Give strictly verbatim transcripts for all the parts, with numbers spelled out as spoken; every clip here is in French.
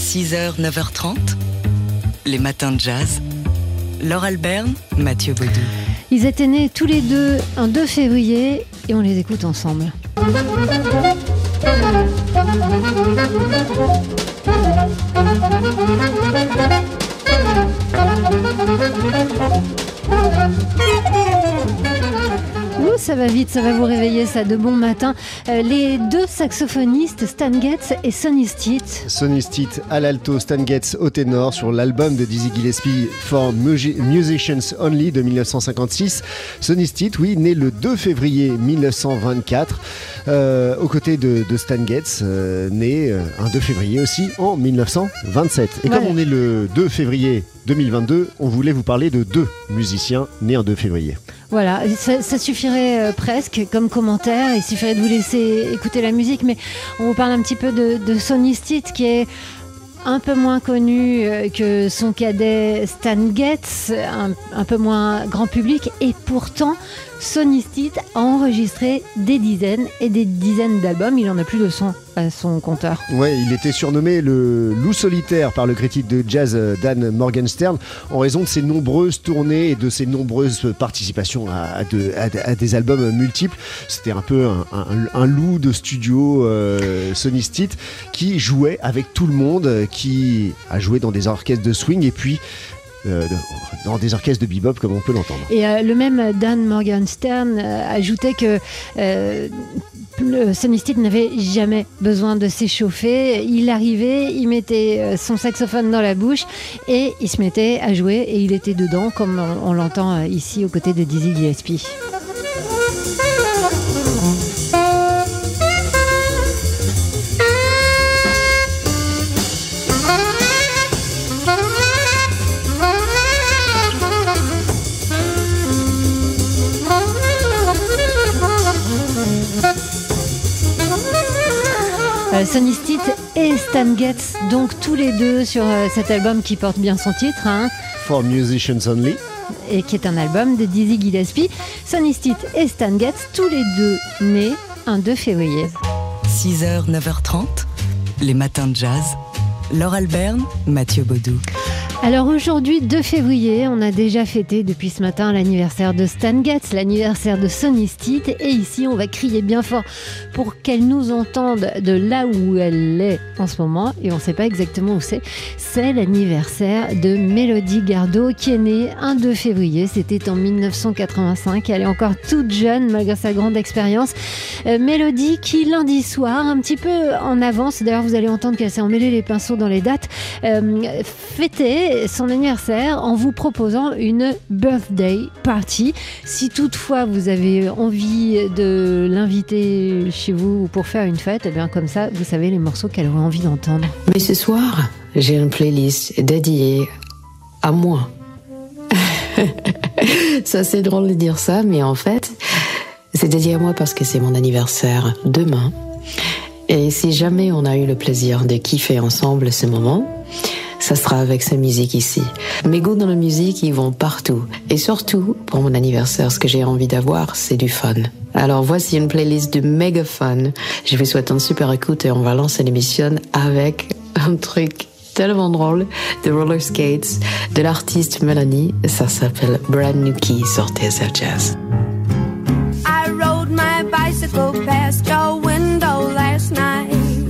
six heures, neuf heures trente, les matins de jazz. Laure Alberne, Mathieu Baudou. Ils étaient nés tous les deux un deux février et on les écoute ensemble. Ouh, ça va vite, ça va vous réveiller, ça, de bon matin. Euh, les deux saxophonistes, Stan Getz et Sonny Stitt. Sonny Stitt à l'alto, Stan Getz au ténor, sur l'album de Dizzy Gillespie For Musicians Only de dix-neuf cent cinquante-six. Sonny Stitt, oui, né le deux février mille neuf cent vingt-quatre, euh, aux côtés de, de Stan Getz, euh, né euh, un deux février aussi en mille neuf cent vingt-sept. Et voilà. Comme on est le deux février deux mille vingt-deux, on voulait vous parler de deux musiciens nés un deux février. Voilà, ça, ça suffirait euh, presque comme commentaire, il suffirait de vous laisser écouter la musique, mais on vous parle un petit peu de, de Sonny Stitt, qui est un peu moins connu euh, que son cadet Stan Getz, un, un peu moins grand public, et pourtant Sonny Stitt a enregistré des dizaines et des dizaines d'albums. Il en a plus de cent à son compteur. Ouais, il était surnommé le loup solitaire par le critique de jazz Dan Morgenstern en raison de ses nombreuses tournées et de ses nombreuses participations à, à, de, à, à des albums multiples. C'était un peu un, un, un loup de studio, euh, Sonny Stitt, qui jouait avec tout le monde, qui a joué dans des orchestres de swing et puis Euh, dans des orchestres de bebop comme on peut l'entendre. Et euh, le même Dan Morgenstern euh, ajoutait que euh, le Sonny Stitt n'avait jamais besoin de s'échauffer. Il arrivait, il mettait son saxophone dans la bouche et il se mettait à jouer et il était dedans, comme on, on l'entend ici aux côtés de Dizzy Gillespie. Euh, Sonny Stitt et Stan Getz, donc tous les deux sur euh, cet album qui porte bien son titre, hein, For Musicians Only, et qui est un album de Dizzy Gillespie. Sonny Stitt et Stan Getz, tous les deux nés un deux février. six heures, neuf heures trente, les matins de jazz. Laure Alberne, Mathieu Baudou. Alors aujourd'hui, deux février, on a déjà fêté depuis ce matin l'anniversaire de Stan Getz, l'anniversaire de Sonny Stitt, et ici on va crier bien fort pour qu'elle nous entende de là où elle est en ce moment, et on ne sait pas exactement où c'est. C'est l'anniversaire de Melody Gardot qui est née un deux février, c'était en dix-neuf cent quatre-vingt-cinq, elle est encore toute jeune malgré sa grande expérience. Euh, Melody qui lundi soir, un petit peu en avance, d'ailleurs vous allez entendre qu'elle s'est emmêlée les pinceaux dans les dates, euh, fêtait son anniversaire en vous proposant une birthday party. Si toutefois vous avez envie de l'inviter chez vous pour faire une fête, eh bien comme ça, vous savez les morceaux qu'elle aurait envie d'entendre. Mais ce soir, j'ai une playlist dédiée à moi. Ça c'est drôle de dire ça, mais en fait, c'est dédié à moi parce que c'est mon anniversaire demain. Et si jamais on a eu le plaisir de kiffer ensemble ce moment, ça sera avec sa musique ici. Mes goûts dans la musique, ils vont partout. Et surtout, pour mon anniversaire, ce que j'ai envie d'avoir, c'est du fun. Alors voici une playlist de méga fun. Je vous souhaite une super écoute et on va lancer l'émission avec un truc tellement drôle, de roller skates, de l'artiste Melanie. Ça s'appelle Brand New Key sur T S F Jazz. I rode my bicycle past your window last night.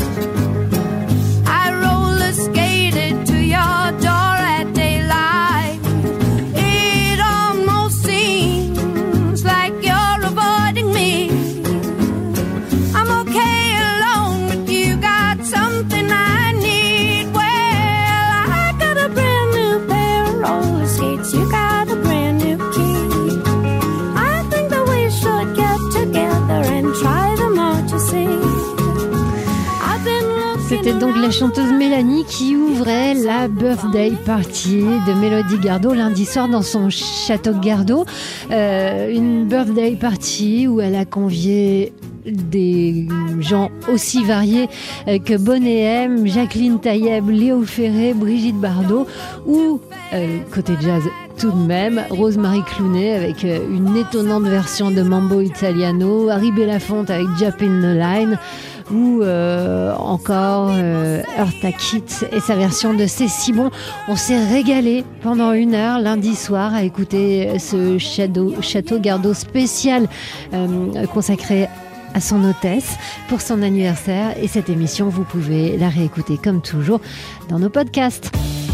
C'était donc la chanteuse Mélanie qui ouvrait la birthday party de Melody Gardot lundi soir dans son château Gardot. Euh, une birthday party où elle a convié des gens aussi variés que Bonnet M, Jacqueline Taïeb, Léo Ferré, Brigitte Bardot ou, euh, côté jazz tout de même, Rosemary Clooney avec une étonnante version de Mambo Italiano, Harry Belafonte avec Jump in the Line. ou euh, encore euh, Eartha Kitt et sa version de C'est si bon. On s'est régalé pendant une heure lundi soir à écouter ce Château, Château Gardot spécial euh, consacré à son hôtesse pour son anniversaire. Et cette émission, vous pouvez la réécouter comme toujours dans nos podcasts.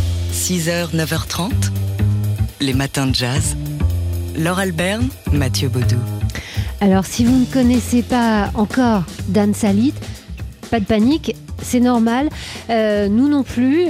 six heures, neuf heures trente, les matins de jazz. Laure Alberne, Mathieu Baudou. Alors, si vous ne connaissez pas encore Dan Salit, pas de panique, c'est normal. Euh, nous non plus,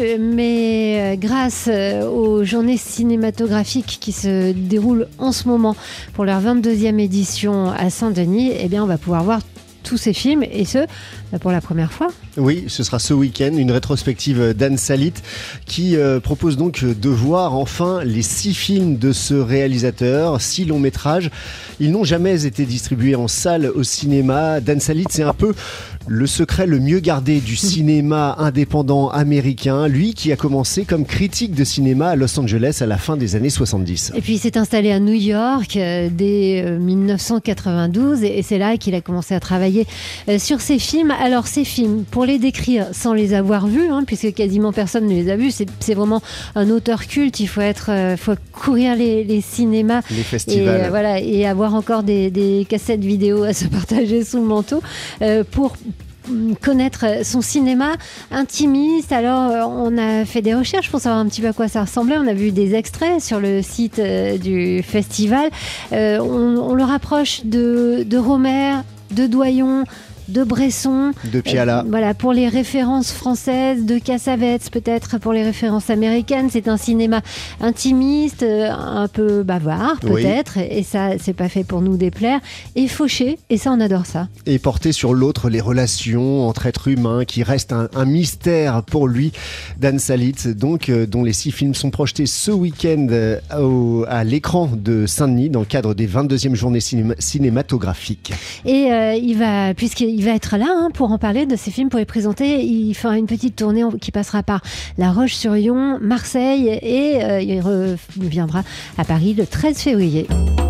mais grâce aux journées cinématographiques qui se déroulent en ce moment pour leur vingt-deuxième édition à Saint-Denis, eh bien, on va pouvoir voir tous ces films, et ce, pour la première fois. Oui, ce sera ce week-end, une rétrospective d'Anne Salit qui euh, propose donc de voir enfin les six films de ce réalisateur, six longs métrages. Ils n'ont jamais été distribués en salle au cinéma. Dan Salit, c'est un peu le secret le mieux gardé du cinéma indépendant américain. Lui qui a commencé comme critique de cinéma à Los Angeles à la fin des années soixante-dix. Et puis il s'est installé à New York euh, dès euh, dix-neuf cent quatre-vingt-douze et, et c'est là qu'il a commencé à travailler euh, sur ses films. Alors ces films, pour les décrire sans les avoir vus, hein, puisque quasiment personne ne les a vus, c'est, c'est vraiment un auteur culte. Il faut être, euh, faut courir les, les cinémas, les festivals, et, euh, voilà, et avoir encore des, des cassettes vidéo à se partager sous le manteau euh, pour connaître son cinéma intimiste. Alors on a fait des recherches pour savoir un petit peu à quoi ça ressemblait. On a vu des extraits sur le site euh, du festival. Euh, on, on le rapproche de, de Romer, de Doyon, de Bresson, de Piala. Euh, voilà, pour les références françaises, de Cassavetes peut-être pour les références américaines. C'est un cinéma intimiste, euh, un peu bavard peut-être, oui. Et ça, c'est pas fait pour nous déplaire. Et fauché, et ça, on adore ça. Et porter sur l'autre les relations entre êtres humains qui restent un, un mystère pour lui. Dan Salit, donc, euh, dont les six films sont projetés ce week-end euh, au, à l'écran de Saint-Denis dans le cadre des vingt-deuxièmes journées cinéma- cinématographiques. Et euh, il va, puisqu'il Il va être là hein, pour en parler de ces films, pour les présenter. Il fera une petite tournée qui passera par La Roche-sur-Yon, Marseille et euh, il reviendra à Paris le treize février.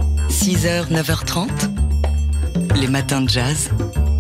six heures, neuf heures trente, les matins de jazz.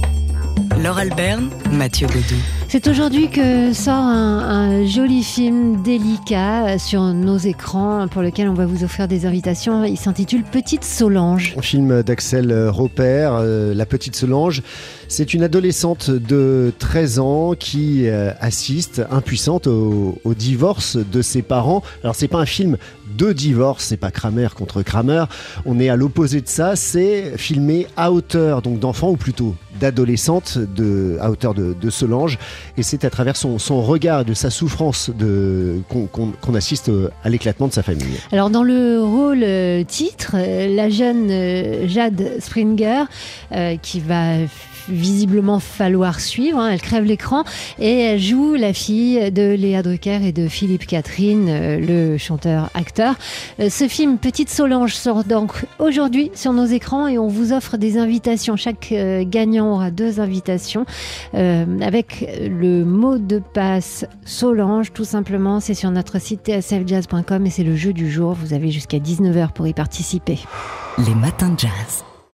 Laure Alberne, Mathieu Baudou. C'est aujourd'hui que sort un, un joli film délicat sur nos écrans pour lequel on va vous offrir des invitations. Il s'intitule Petite Solange. Un film d'Axel Roper, euh, La Petite Solange. C'est une adolescente de treize ans qui euh, assiste, impuissante, au, au divorce de ses parents. Alors c'est pas un film de divorce, c'est pas Kramer contre Kramer. On est à l'opposé de ça, c'est filmé à hauteur donc d'enfants, ou plutôt d'adolescente, de, à hauteur de, de Solange. Et c'est à travers son, son regard et de sa souffrance de, qu'on, qu'on, qu'on assiste à l'éclatement de sa famille. Alors dans le rôle euh, titre, euh, la jeune euh, Jade Springer, euh, qui va visiblement falloir suivre, hein, elle crève l'écran et elle joue la fille de Léa Drucker et de Philippe Catherine, euh, le chanteur-acteur. Euh, ce film Petite Solange sort donc aujourd'hui sur nos écrans et on vous offre des invitations. Chaque euh, gagnant aura deux invitations euh, avec le mot de passe Solange, tout simplement. C'est sur notre site t s f jazz point com et c'est le jeu du jour. Vous avez jusqu'à dix-neuf heures pour y participer. Les matins de jazz.